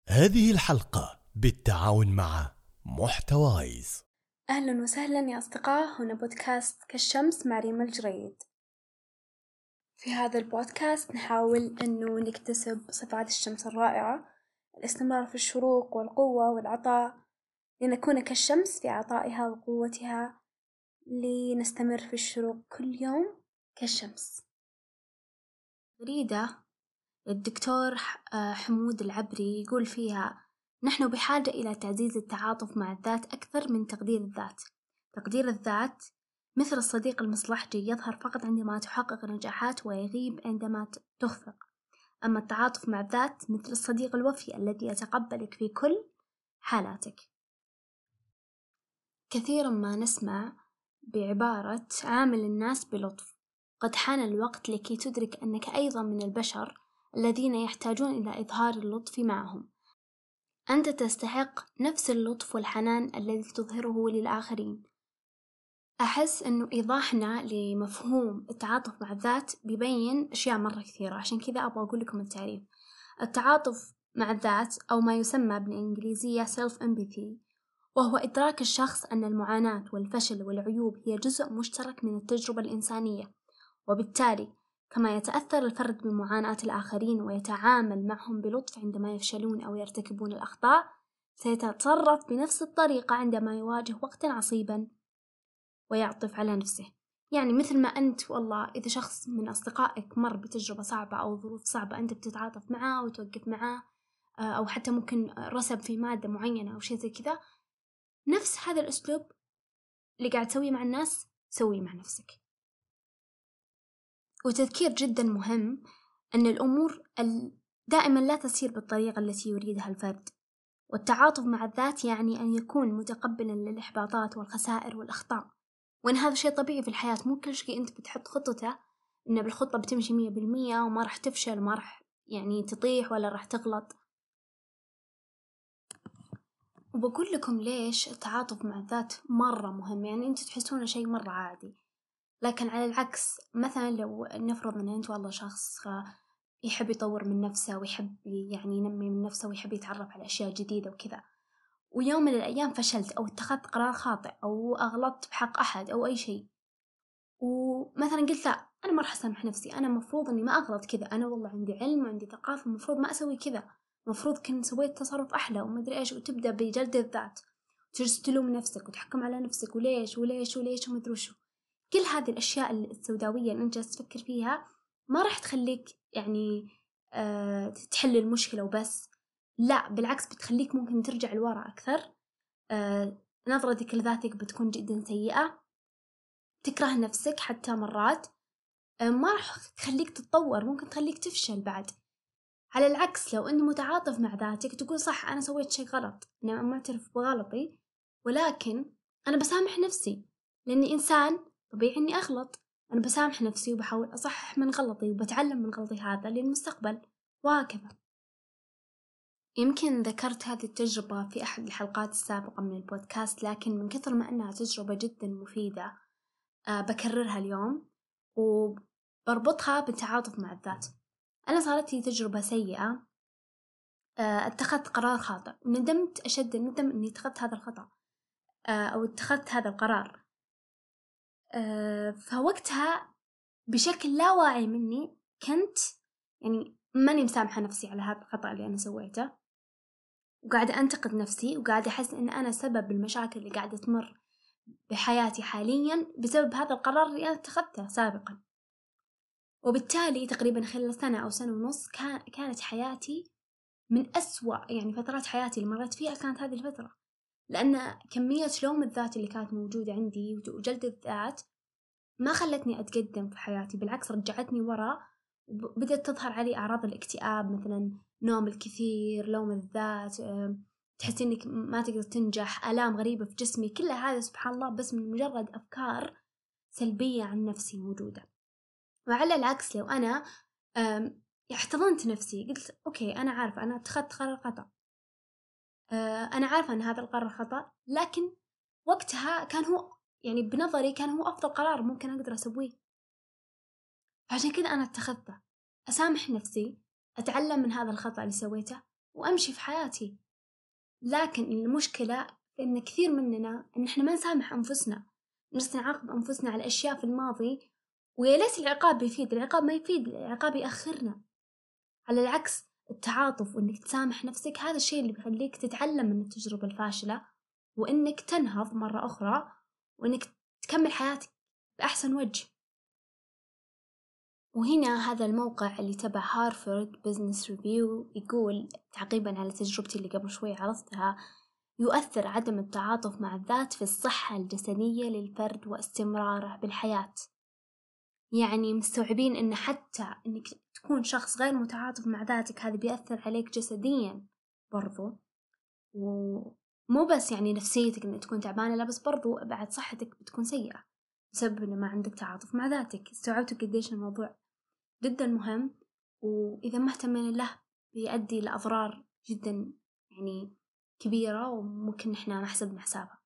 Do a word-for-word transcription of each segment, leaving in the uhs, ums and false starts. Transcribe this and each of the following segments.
هذه الحلقة بالتعاون مع محتوايز. أهلا وسهلا يا أصدقاء، هنا بودكاست كالشمس مع ريم الجريد. في هذا البودكاست نحاول أنه نكتسب صفات الشمس الرائعة، الاستمرار في الشروق والقوة والعطاء، لنكون كالشمس في عطائها وقوتها، لنستمر في الشروق كل يوم كالشمس. جريدة الدكتور حمود العبري يقول فيها: نحن بحاجة إلى تعزيز التعاطف مع الذات أكثر من تقدير الذات. تقدير الذات مثل الصديق المصلحجي يظهر فقط عندما تحقق نجاحات ويغيب عندما تخفق. أما التعاطف مع الذات مثل الصديق الوفي الذي يتقبلك في كل حالاتك. كثيرا ما نسمع بعبارة عامل الناس بلطف. قد حان الوقت لكي تدرك أنك أيضا من البشر الذين يحتاجون إلى إظهار اللطف معهم. أنت تستحق نفس اللطف والحنان الذي تظهره للآخرين. أحس أنه إيضاحنا لمفهوم التعاطف مع الذات بيبين أشياء مرة كثيرة، عشان كذا أبغى أقول لكم التعريف. التعاطف مع الذات أو ما يسمى بالإنجليزية self empathy، وهو إدراك الشخص أن المعاناة والفشل والعيوب هي جزء مشترك من التجربة الإنسانية، وبالتالي كما يتأثر الفرد بمعاناة الآخرين ويتعامل معهم بلطف عندما يفشلون أو يرتكبون الأخطاء، سيتصرف بنفس الطريقة عندما يواجه وقتا عصيبا ويعطف على نفسه. يعني مثل ما أنت والله إذا شخص من أصدقائك مر بتجربة صعبة أو ظروف صعبة أنت بتتعاطف معه وتوقف معه، أو حتى ممكن رسب في مادة معينة أو شيء زي كذا، نفس هذا الأسلوب اللي قاعد تسويه مع الناس سويه مع نفسك. وتذكير جدا مهم أن الأمور دائما لا تسير بالطريقة التي يريدها الفرد، والتعاطف مع الذات يعني أن يكون متقبلا للإحباطات والخسائر والأخطاء، وأن هذا شيء طبيعي في الحياة. مو كل شيء أنت بتحط خطته إن بالخطة بتمشي مية بالمية وما راح تفشل وما راح يعني تطيح ولا راح تغلط. وبقول لكم ليش التعاطف مع الذات مرة مهم. يعني أنتوا تحسونه شيء مرة عادي، لكن على العكس مثلا لو نفرض أن أنت والله شخص يحب يطور من نفسه ويحب يعني ينمي من نفسه ويحب يتعرف على أشياء جديدة وكذا، ويوم من الأيام فشلت أو اتخذت قرار خاطئ أو أغلطت بحق أحد أو أي شيء، ومثلا قلت لا أنا ما راح أسامح نفسي، أنا مفروض أني ما أغلط كذا، أنا والله عندي علم وعندي ثقافة، مفروض ما أسوي كذا، مفروض كنت سويت تصرف أحلى وما أدري إيش، وتبدأ بجلد الذات وتجلس تلوم نفسك وتحكم على نفسك وليش وليش وليش وما أدري وشو. كل هذه الأشياء السوداوية اللي أنت جالس تفكر فيها ما راح تخليك يعني أه تحل المشكلة وبس، لا بالعكس بتخليك ممكن ترجع لورا أكثر. أه نظرتك لذاتك بتكون جدا سيئة، تكره نفسك حتى مرات، أه ما راح تخليك تتطور، ممكن تخليك تفشل بعد. على العكس لو أنت متعاطف مع ذاتك تقول صح أنا سويت شيء غلط، أنا معترف بغلطي، ولكن أنا بسامح نفسي لأني إنسان طبيعي إني أغلط. أنا بسامح نفسي وبحاول أصحح من غلطي وبتعلم من غلطي هذا للمستقبل، وهكذا. يمكن ذكرت هذه التجربة في أحد الحلقات السابقة من البودكاست، لكن من كثر ما أنها تجربة جدا مفيدة أه بكررها اليوم وبربطها بالتعاطف مع الذات. أنا صارت لي تجربة سيئة، أه اتخذت قرار خاطئ وندمت أشد الندم أني اتخذت هذا الخطأ أه أو اتخذت هذا القرار. أه فوقتها بشكل لا واعي مني كنت يعني ماني مسامحة نفسي على هذا الخطأ اللي أنا سويته، وقاعدة أنتقد نفسي وقاعدة أحس إن أنا سبب المشاكل اللي قاعدة تمر بحياتي حاليا بسبب هذا القرار اللي أنا اتخذته سابقا. وبالتالي تقريبا خلال سنة أو سنة ونص كان كانت حياتي من أسوأ يعني فترات حياتي اللي مرت فيها كانت هذه الفترة، لأن كمية لوم الذات اللي كانت موجودة عندي وجلد الذات ما خلتني أتقدم في حياتي، بالعكس رجعتني وراء، وبدأت تظهر علي أعراض الاكتئاب مثلا نوم الكثير، لوم الذات، تحس إنك ما تقدر تنجح، آلام غريبة في جسمي، كل هذا سبحان الله بس من مجرد أفكار سلبية عن نفسي موجودة. وعلى العكس لو أنا احتضنت نفسي قلت أوكي أنا عارفة أنا اتخذت قرار خطأ، أنا عارفة أن هذا القرار خطأ، لكن وقتها كان هو يعني بنظري كان هو أفضل قرار ممكن أقدر أسويه، فعشان كذا أنا اتخذته. أسامح نفسي، أتعلم من هذا الخطأ اللي سويته، وأمشي في حياتي. لكن المشكلة في إن كثير مننا إن إحنا ما نسامح أنفسنا، نجلس نعاقب أنفسنا على أشياء في الماضي، ويا ليت العقاب بيفيد. العقاب ما يفيد، العقاب يأخرنا. على العكس، التعاطف وإنك تسامح نفسك هذا الشيء اللي بيخليك تتعلم من التجربة الفاشلة، وإنك تنهض مرة أخرى، وإنك تكمل حياتك بأحسن وجه. وهنا هذا الموقع اللي تبع هارفارد بزنس ريفيو يقول تعقيبا على تجربتي اللي قبل شوي عرضتها: يؤثر عدم التعاطف مع الذات في الصحة الجسدية للفرد واستمراره بالحياة. يعني مستوعبين إن حتى إنك تكون شخص غير متعاطف مع ذاتك هذا بيأثر عليك جسديا برضو، ومو بس يعني نفسيتك إن تكون تعبانة، لا بس برضو بعد صحتك بتكون سيئة بسبب إن ما عندك تعاطف مع ذاتك. استوعبتوا قديش الموضوع جدا مهم، وإذا ما اهتمينا له بيؤدي لأضرار جدا يعني كبيرة وممكن إحنا ما حسبنا حسابها.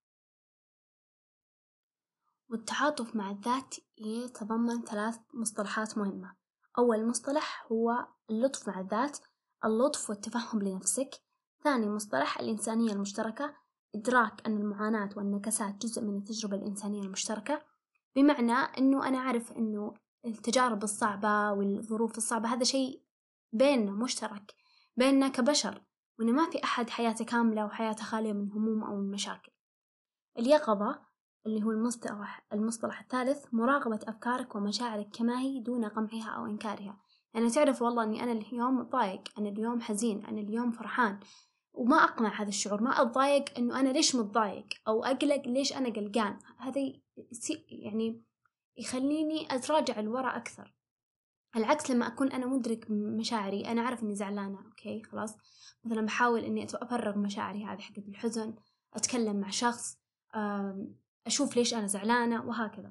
والتعاطف مع الذات يتضمن ثلاث مصطلحات مهمة. أول مصطلح هو اللطف مع الذات، اللطف والتفهم لنفسك. ثاني مصطلح الإنسانية المشتركة، إدراك أن المعاناة والنكسات جزء من التجربة الإنسانية المشتركة، بمعنى أنه أنا أعرف أنه التجارب الصعبة والظروف الصعبة هذا شيء بيننا مشترك بيننا كبشر، وأنه ما في أحد حياته كاملة وحياته خالية من هموم أو من مشاكل. اليقظة اللي هو المصطلح المصطلح الثالث، مراقبة أفكارك ومشاعرك كما هي دون قمعها أو إنكارها. يعني تعرف والله أني أنا اليوم ضايق، أنا اليوم حزين، أنا اليوم فرحان، وما أقمع هذا الشعور، ما أتضايق أنه أنا ليش متضايق أو أقلق ليش أنا قلقان. هذا يعني يخليني أتراجع الوراء أكثر. العكس لما أكون أنا مدرك مشاعري، أنا أعرف إني زعلانة، أوكي خلاص، مثلا بحاول إني أفرغ مشاعري هذه حقت الحزن، أتكلم مع شخص، أشوف ليش أنا زعلانة، وهكذا.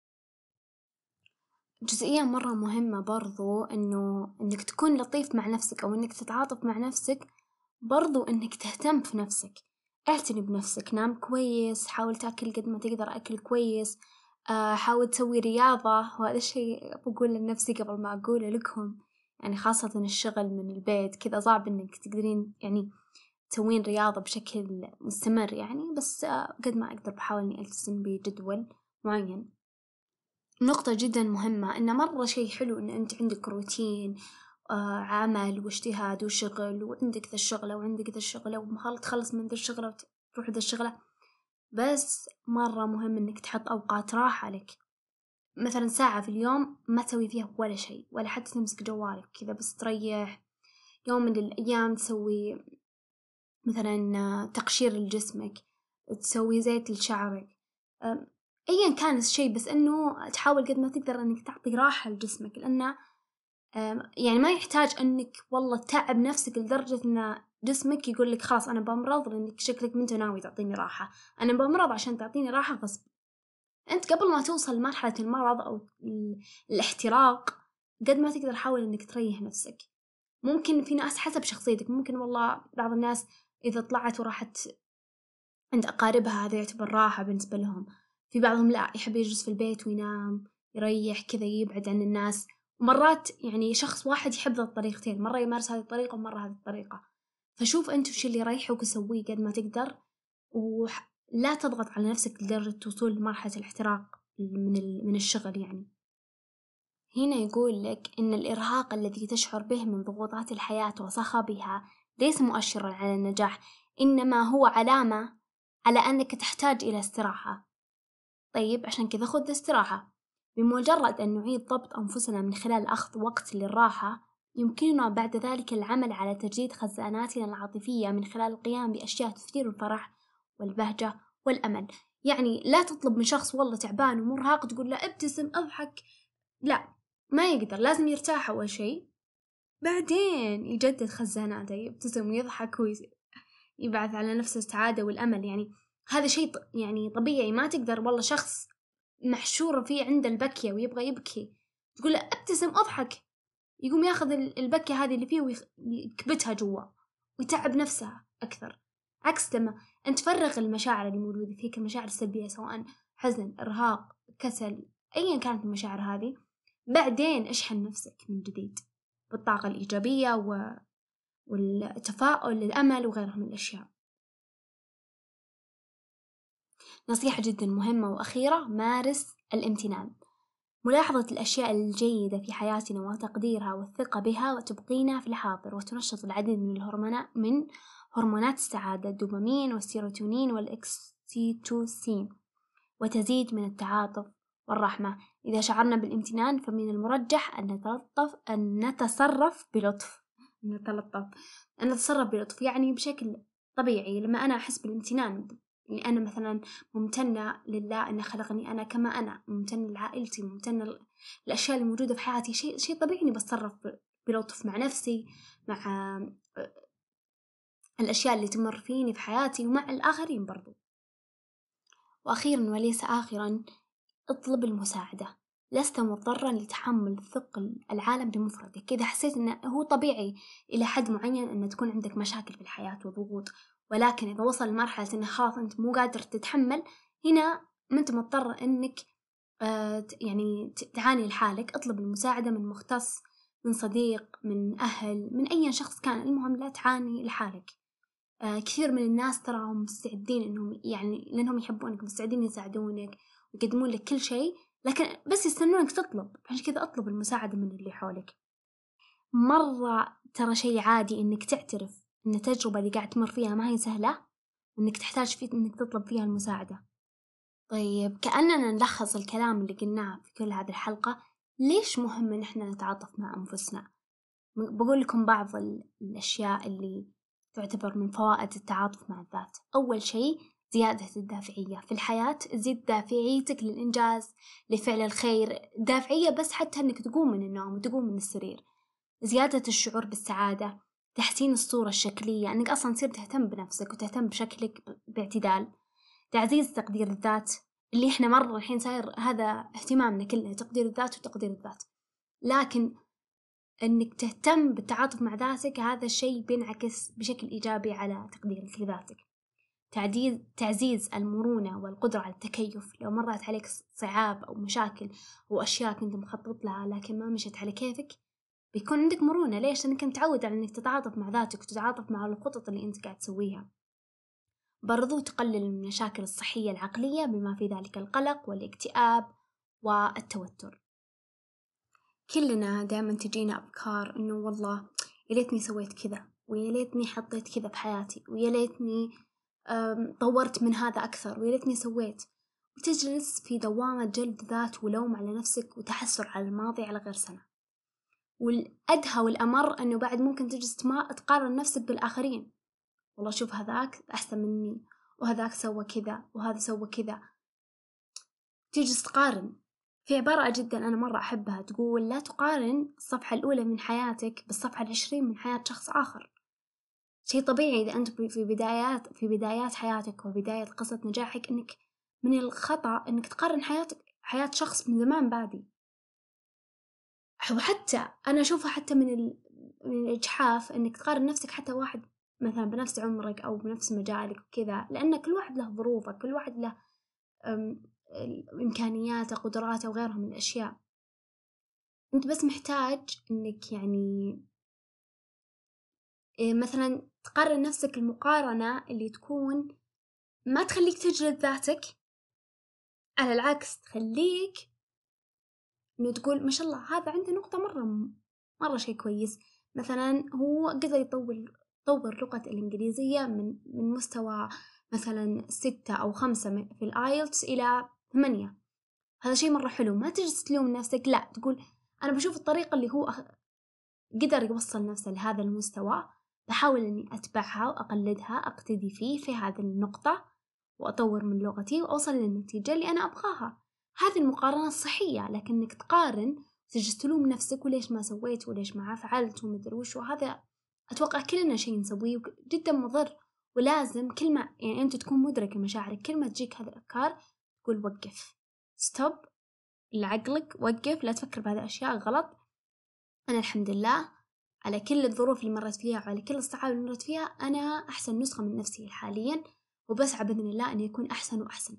جزئية مرة مهمة برضو إنه إنك تكون لطيف مع نفسك أو إنك تتعاطف مع نفسك، برضو إنك تهتم في نفسك، اعتني بنفسك، نام كويس، حاول تأكل قد ما تقدر أكل كويس، حاول تسوي رياضة. وهذا الشيء بقول لنفسي قبل ما أقوله لكم، يعني خاصة الشغل من البيت كذا صعب إنك تقدرين يعني تسوين رياضة بشكل مستمر يعني، بس قد ما أقدر بحاول إني ألتزم بجدول معين. نقطة جدا مهمة إنه مرة شيء حلو إن أنت عندك روتين آه عمل واجتهاد وشغل، وعندك ذا الشغلة وعندك ذا الشغلة، ومخلص تخلص من ذا الشغلة وتروح ذا الشغلة. بس مرة مهم إنك تحط أوقات راحة لك، مثلا ساعة في اليوم ما تسوي فيها ولا شيء، ولا حتى تمسك جوالك كذا، بس تريح. يوم من الأيام تسوي مثلا تقشير لجسمك، تسوي زيت لشعرك، أيا كان الشيء، بس إنه تحاول قد ما تقدر إنك تعطي راحة لجسمك، لأنه يعني ما يحتاج إنك والله تعب نفسك لدرجة إن جسمك يقول لك خلاص أنا بمرض لأنك شكلك من ناوي تعطيني راحة، أنا بمرض عشان تعطيني راحة غصب. أنت قبل ما توصل لمرحلة المرض أو الاحتراق قد ما تقدر حاول إنك تريح نفسك. ممكن في ناس حسب شخصيتك، ممكن والله بعض الناس إذا طلعت وراحت عند أقاربها هذا يعتبر راحة بالنسبة لهم، في بعضهم لا، يحب يجلس في البيت وينام يريح كذا يبعد عن الناس. ومرات يعني شخص واحد يحب ذا الطريقتين، مرة يمارس هذه الطريقة ومرة هذه الطريقة. فشوف أنت وش اللي يريحك وسويه قد ما تقدر، ولا تضغط على نفسك لدرجة توصل لمرحلة الاحتراق من من الشغل. يعني هنا يقول لك إن الإرهاق الذي تشعر به من ضغوطات الحياة وصخبها ليس مؤشرا على النجاح، إنما هو علامة على أنك تحتاج إلى استراحة. طيب عشان كذا خذ استراحة. بمجرد أن نعيد ضبط أنفسنا من خلال أخذ وقت للراحة، يمكننا بعد ذلك العمل على تجديد خزاناتنا العاطفية من خلال القيام بأشياء تثير الفرح والبهجة والأمل. يعني لا تطلب من شخص والله تعبان ومرهق تقول له ابتسم أضحك، لا، ما يقدر، لازم يرتاح أول شيء بعدين يجدد خزاناته، يبتسم ويضحك ويبعث على نفسه السعادة والأمل. يعني هذا شيء يعني طبيعي، ما تقدر والله شخص محشور فيه عند البكية ويبغى يبكي تقول له ابتسم أضحك، يقوم ياخذ البكية هذه اللي فيه ويكبتها جوا ويتعب نفسه أكثر. عكس لما أنت تفرغ المشاعر اللي موجودة فيك، المشاعر السلبية سواء حزن، إرهاق، كسل، أيا كانت المشاعر هذه، بعدين اشحن نفسك من جديد بالطاقة الإيجابية و... والتفاؤل، الأمل وغيرها من الأشياء. نصيحة جدا مهمة وأخيرة: مارس الامتنان. ملاحظة الأشياء الجيدة في حياتنا وتقديرها والثقة بها وتبقينا في الحاضر، وتنشط العديد من الهرمونات من هرمونات السعادة، الدوبامين والسيروتونين والإكسيتوسين، وتزيد من التعاطف والرحمة. إذا شعرنا بالامتنان فمن المرجح أن نتلطف أن نتصرف بلطف نتلطف أن نتصرف بلطف يعني بشكل طبيعي. لما أنا أحس بالامتنان، يعني أنا مثلا ممتنة لله أنه خلقني أنا كما أنا، ممتنة لعائلتي، ممتنة الأشياء اللي موجودة في حياتي، شيء شيء طبيعي إني بتصرف بلطف مع نفسي، مع الأشياء اللي تمر فيني في حياتي، ومع الآخرين برضو. وأخيرا وليس آخرا: اطلب المساعدة. لست مضطرا لتحمل ثقل العالم بمفردك. إذا حسيت أنه هو طبيعي إلى حد معين أن تكون عندك مشاكل في الحياة وضغوط، ولكن إذا وصل لمرحلة أنه خلاص أنت مو قادر تتحمل، هنا ما أنت مضطر أنك آه يعني تعاني لحالك. اطلب المساعدة من مختص، من صديق، من أهل، من أي شخص كان، المهم لا تعاني لحالك. آه كثير من الناس تراهم مستعدين إنهم يعني لأنهم يحبونك مستعدين يساعدونك ويقدمون لك كل شيء، لكن بس يستنونك تطلب. عشان كذا اطلب المساعدة من اللي حولك. مرة ترى شيء عادي إنك تعترف إن التجربة اللي قاعد تمر فيها ما هي سهلة، وإنك تحتاج فيه إنك تطلب فيها المساعدة. طيب، كأننا نلخص الكلام اللي قلناه في كل هذه الحلقة. ليش مهم إن إحنا نتعاطف مع أنفسنا؟ بقول لكم بعض الأشياء اللي تعتبر من فوائد التعاطف مع الذات. أول شيء: زيادة الدافعية في الحياة. تزيد دافعيتك للإنجاز، لفعل الخير، دافعية بس حتى أنك تقوم من النوم وتقوم من السرير. زيادة الشعور بالسعادة، تحسين الصورة الشكلية، أنك أصلا تصير تهتم بنفسك وتهتم بشكلك باعتدال. تعزيز تقدير الذات، اللي إحنا مرة الحين صاير هذا اهتمامنا كله، تقدير الذات وتقدير الذات. لكن أنك تهتم بالتعاطف مع ذاتك، هذا الشيء بينعكس بشكل إيجابي على تقديرك لذاتك. تعزيز تعزيز المرونة والقدرة على التكيف. لو مرت عليك صعاب أو مشاكل وأشياء كنت مخطط لها لكن ما مشت على كيفك، بيكون عندك مرونة. ليش؟ لأنك متعود على أنك تتعاطف مع ذاتك وتتعاطف مع الخطط اللي أنت قاعد تسويها. برضو تقلل من المشاكل الصحية العقلية بما في ذلك القلق والاكتئاب والتوتر. كلنا دائما تجينا أفكار إنه والله يا ليتني سويت كذا، ويا ليتني حطيت كذا في حياتي، ويا ليتني طورت من هذا أكثر، ويا ليتني سويت. وتجلس في دوامة جلد ذات ولوم على نفسك وتحسر على الماضي على غير سنة. والأدهى والأمر أنه بعد ممكن تجلس تقارن نفسك بالآخرين. والله شوف هذاك أحسن مني، وهذاك سوى كذا، وهذا سوى كذا. تجلس تقارن. في عبارة جدا أنا مرة أحبها تقول: لا تقارن الصفحة الأولى من حياتك بالصفحة العشرين من حياة شخص آخر. شيء طبيعي إذا أنت في بدايات في بدايات حياتك وبداية قصة نجاحك، إنك من الخطأ إنك تقارن حياتك حياة شخص من زمان بادي. وحتى أنا أشوفها حتى من ال... من الإجحاف إنك تقارن نفسك حتى واحد مثلا بنفس عمرك أو بنفس مجالك وكذا، لأن كل واحد له ظروفه، كل واحد له إمكانياته، قدراته وغيرها من الأشياء. أنت بس محتاج إنك يعني مثلا تقارن نفسك المقارنة اللي تكون ما تخليك تجلد ذاتك، على العكس تخليك إنه تقول ما شاء الله هذا عنده نقطة مرة مرة شيء كويس. مثلا هو قدر يطور طور لغة الإنجليزية من من مستوى مثلا ستة أو خمسة في الآيلتس إلى ثمانية. هذا شيء مرة حلو. ما تجلس تلوم نفسك، لا، تقول أنا بشوف الطريقة اللي هو قدر يوصل نفسه لهذا المستوى، بحاول أني أتبعها وأقلدها، أقتدي فيه في هذه النقطة، وأطور من لغتي وأوصل للنتيجة اللي أنا أبغاها. هذه المقارنة الصحية. لكنك تقارن تجلس تلوم نفسك وليش ما سويت وليش ما فعلت ومدري وش، وهذا أتوقع كلنا شيء نسويه جدا مضر. ولازم كل ما يعني أنت تكون مدرك مشاعرك، كل ما تجيك هذه الأفكار تقول وقف، ستوب لعقلك، وقف، لا تفكر بهذه الأشياء غلط. أنا الحمد لله على كل الظروف اللي مرت فيها وعلى كل الصعاب اللي مرت فيها، أنا أحسن نسخة من نفسي حاليا، وبسعى بإذن الله أن يكون أحسن وأحسن.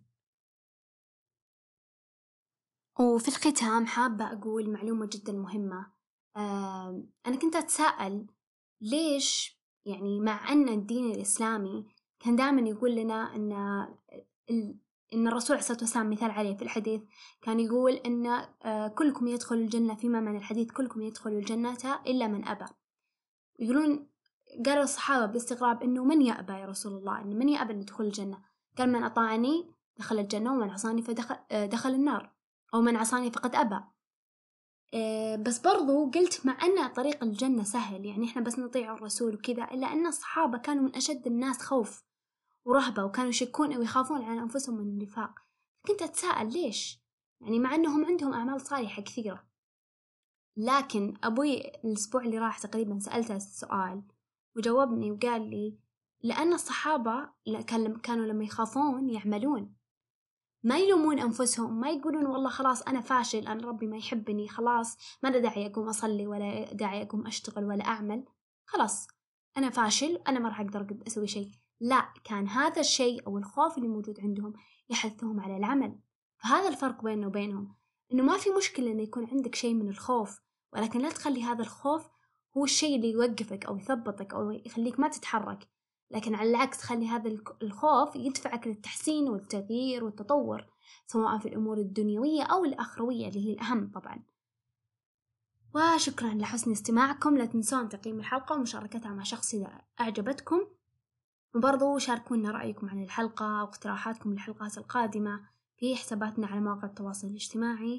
وفي الختام حابة أقول معلومة جدا مهمة. أنا كنت أتساءل ليش يعني مع أن الدين الإسلامي كان دائما يقول لنا أن إن الرسول عليه الصلاة والسلام مثال عليه في الحديث كان يقول أن كلكم يدخل الجنة، فيما من الحديث كلكم يدخل الجنة إلا من أبى. يقولون قالوا الصحابة باستغراب إنه من يأبى يا رسول الله، إن من يأبى أن يدخل الجنة؟ قال من أطاعني دخل الجنة ومن عصاني فدخل دخل النار، أو من عصاني فقد أبى. بس برضو قلت مع أن طريق الجنة سهل، يعني إحنا بس نطيع الرسول وكذا، إلا أن الصحابة كانوا من أشد الناس خوف ورهبة، وكانوا يشكون أو يخافون على أنفسهم من النفاق. كنت أتساءل ليش، يعني مع أنهم عندهم أعمال صالحة كثيرة. لكن أبوي الأسبوع اللي راح تقريبا سألته السؤال وجاوبني وقال لي لأن الصحابة كانوا لما يخافون يعملون، ما يلومون أنفسهم، ما يقولون والله خلاص أنا فاشل، أنا ربي ما يحبني، خلاص ما داعي أقوم أصلي ولا داعي أقوم أشتغل ولا أعمل، خلاص أنا فاشل، أنا ما راح أقدر أسوي شيء. لا، كان هذا الشيء أو الخوف اللي موجود عندهم يحثهم على العمل. فهذا الفرق بيننا وبينهم، إنه ما في مشكلة إنه يكون عندك شيء من الخوف، ولكن لا تخلي هذا الخوف هو الشيء اللي يوقفك أو يثبطك أو يخليك ما تتحرك، لكن على العكس خلي هذا الخوف يدفعك للتحسين والتغيير والتطور، سواء في الأمور الدنيوية أو الأخروية اللي هي الأهم طبعا. وشكرا لحسن استماعكم. لا تنسون تقييم الحلقة ومشاركتها مع شخص إذا أعجبتكم، وبرضو شاركونا رأيكم عن الحلقة واقتراحاتكم للحلقات القادمة في حساباتنا على مواقع التواصل الاجتماعي.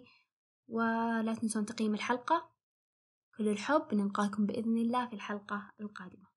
ولا تنسون تقييم الحلقة. كل الحب، نلقاكم بإذن الله في الحلقة القادمة.